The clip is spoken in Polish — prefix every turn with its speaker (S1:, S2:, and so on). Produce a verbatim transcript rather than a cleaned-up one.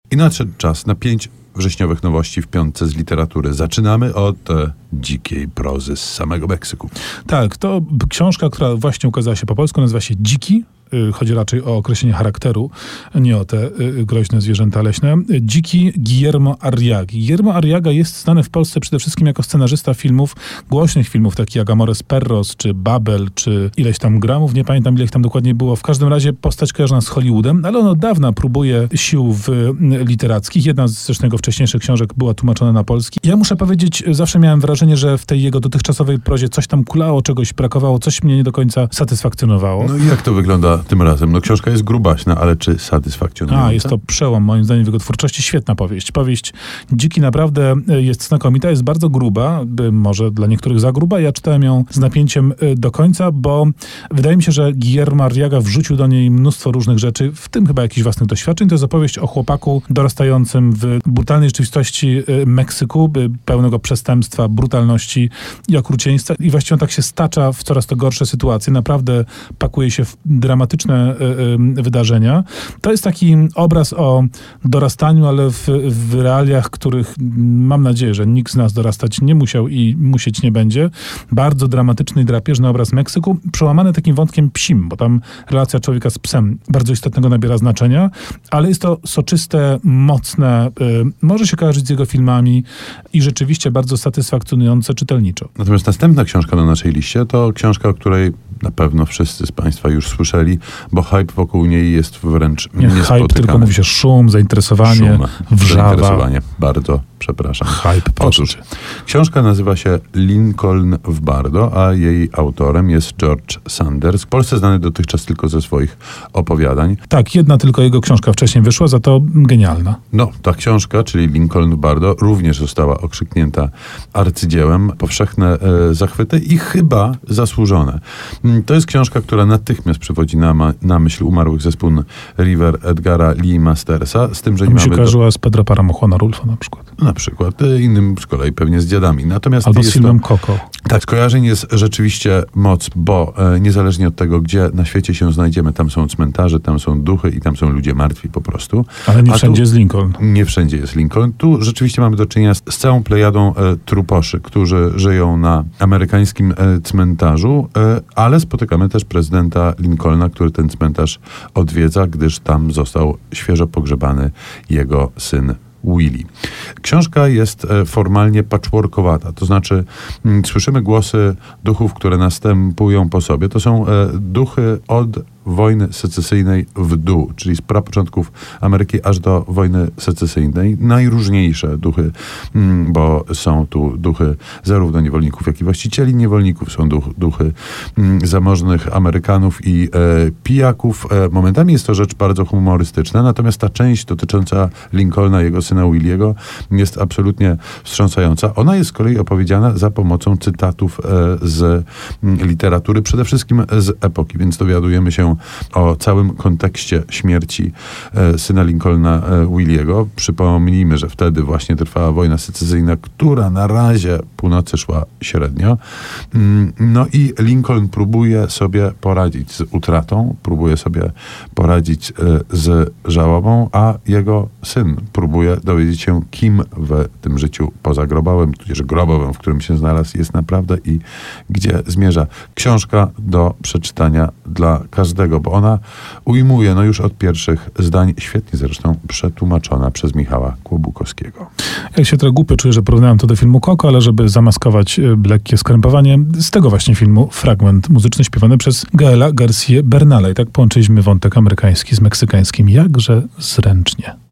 S1: I nadszedł czas na pięć wrześniowych nowości w piątce z literatury. Zaczynamy od e, dzikiej prozy z samego Meksyku.
S2: Tak, to książka, która właśnie ukazała się po polsku, nazywa się Dziki. Chodzi raczej o określenie charakteru, nie o te groźne zwierzęta leśne. Dziki Guillermo Arriagi. Guillermo Arriaga jest znany w Polsce przede wszystkim jako scenarzysta filmów, głośnych filmów, takich jak Amores Perros, czy Babel, czy ileś tam gramów. Nie pamiętam, ile ich tam dokładnie było. W każdym razie postać kojarzona z Hollywoodem, ale on od dawna próbuje sił w literackich. Jedna z zresztą jego wcześniejszych książek była tłumaczona na polski. Ja muszę powiedzieć, zawsze miałem wrażenie, że w tej jego dotychczasowej prozie coś tam kulało, czegoś brakowało, coś mnie nie do końca satysfakcjonowało.
S1: No i jak to wygląda tym razem? No książka jest grubaśna, ale czy satysfakcjonująca?
S2: A, jest to przełom moim zdaniem w jego twórczości. Świetna powieść. Powieść Dziki naprawdę jest znakomita, jest bardzo gruba, może dla niektórych za gruba. Ja czytałem ją z napięciem do końca, bo wydaje mi się, że Guillermo Arriaga wrzucił do niej mnóstwo różnych rzeczy, w tym chyba jakichś własnych doświadczeń. To jest opowieść o chłopaku dorastającym w brutalnej rzeczywistości Meksyku, pełnego przestępstwa, brutalności i okrucieństwa. I właściwie on tak się stacza w coraz to gorsze sytuacje. Naprawdę pakuje się w dramatyczne y, y, wydarzenia. To jest taki obraz o dorastaniu, ale w, w realiach, których mam nadzieję, że nikt z nas dorastać nie musiał i musieć nie będzie. Bardzo dramatyczny i drapieżny obraz Meksyku, przełamany takim wątkiem psim, bo tam relacja człowieka z psem bardzo istotnego nabiera znaczenia, ale jest to soczyste, mocne, y, może się kojarzyć z jego filmami i rzeczywiście bardzo satysfakcjonujące czytelniczo.
S1: Natomiast następna książka na naszej liście to książka, o której na pewno wszyscy z Państwa już słyszeli, bo hype wokół niej jest wręcz
S2: nie
S1: niespotykany.
S2: Hype, tylko mówi się szum, zainteresowanie,
S1: szum,
S2: wrzawa.
S1: Zainteresowanie. Bardzo przepraszam.
S2: Hype, proszę.
S1: Otóż, książka nazywa się Lincoln w Bardo, a jej autorem jest George Sanders. W Polsce znany dotychczas tylko ze swoich opowiadań.
S2: Tak, jedna tylko jego książka wcześniej wyszła, za to genialna.
S1: No, ta książka, czyli Lincoln w Bardo, również została okrzyknięta arcydziełem. Powszechne e, zachwyty i chyba zasłużone. To jest książka, która natychmiast przywodzi na, ma, na myśl umarłych zespół River Edgara Lee Mastersa, z tym, że
S2: To
S1: nie
S2: mi się
S1: mamy...
S2: kojarzyła
S1: do...
S2: z Pedro Paramo Juana Rulfo na przykład.
S1: Na przykład. Innym z kolei pewnie z Dziadami. Natomiast
S2: Albo
S1: jest
S2: z filmem
S1: to...
S2: Coco.
S1: Tak, skojarzeń jest rzeczywiście moc, bo e, niezależnie od tego, gdzie na świecie się znajdziemy, tam są cmentarze, tam są duchy i tam są ludzie martwi po prostu.
S2: Ale nie
S1: A
S2: wszędzie
S1: tu...
S2: jest Lincoln.
S1: Nie wszędzie jest Lincoln. Tu rzeczywiście mamy do czynienia z, z całą plejadą e, truposzy, którzy żyją na amerykańskim e, cmentarzu, e, ale spotykamy też prezydenta Lincolna, który ten cmentarz odwiedza, gdyż tam został świeżo pogrzebany jego syn Willie. Książka jest e, formalnie patchworkowata, to znaczy m, słyszymy głosy duchów, które następują po sobie. To są e, duchy od wojny secesyjnej w dół, czyli z prapoczątków Ameryki aż do wojny secesyjnej. Najróżniejsze duchy, m, bo są tu duchy zarówno niewolników, jak i właścicieli niewolników. Są duch, duchy m, zamożnych Amerykanów i e, pijaków. E, momentami jest to rzecz bardzo humorystyczna, natomiast ta część dotycząca Lincolna, jego syna Williego, jest absolutnie wstrząsająca. Ona jest z kolei opowiedziana za pomocą cytatów e, z m, literatury, przede wszystkim z epoki, więc dowiadujemy się o całym kontekście śmierci e, syna Lincolna e, Williego. Przypomnijmy, że wtedy właśnie trwała wojna secesyjna, która na razie północy szła średnio. Mm, no i Lincoln próbuje sobie poradzić z utratą, próbuje sobie poradzić e, z żałobą, a jego syn próbuje dowiedzieć się, kim w tym życiu pozagrobowym, tudzież grobowym, w którym się znalazł, jest naprawdę i gdzie zmierza. Książka do przeczytania dla każdego, bo ona ujmuje, no już od pierwszych zdań, świetnie zresztą przetłumaczona przez Michała Kłobukowskiego.
S2: Ja się trochę głupio czuję, że porównałem to do filmu Coco, ale żeby zamaskować lekkie skrępowanie, z tego właśnie filmu fragment muzyczny śpiewany przez Gaela García Bernala. I tak połączyliśmy wątek amerykański z meksykańskim jakże zręcznie.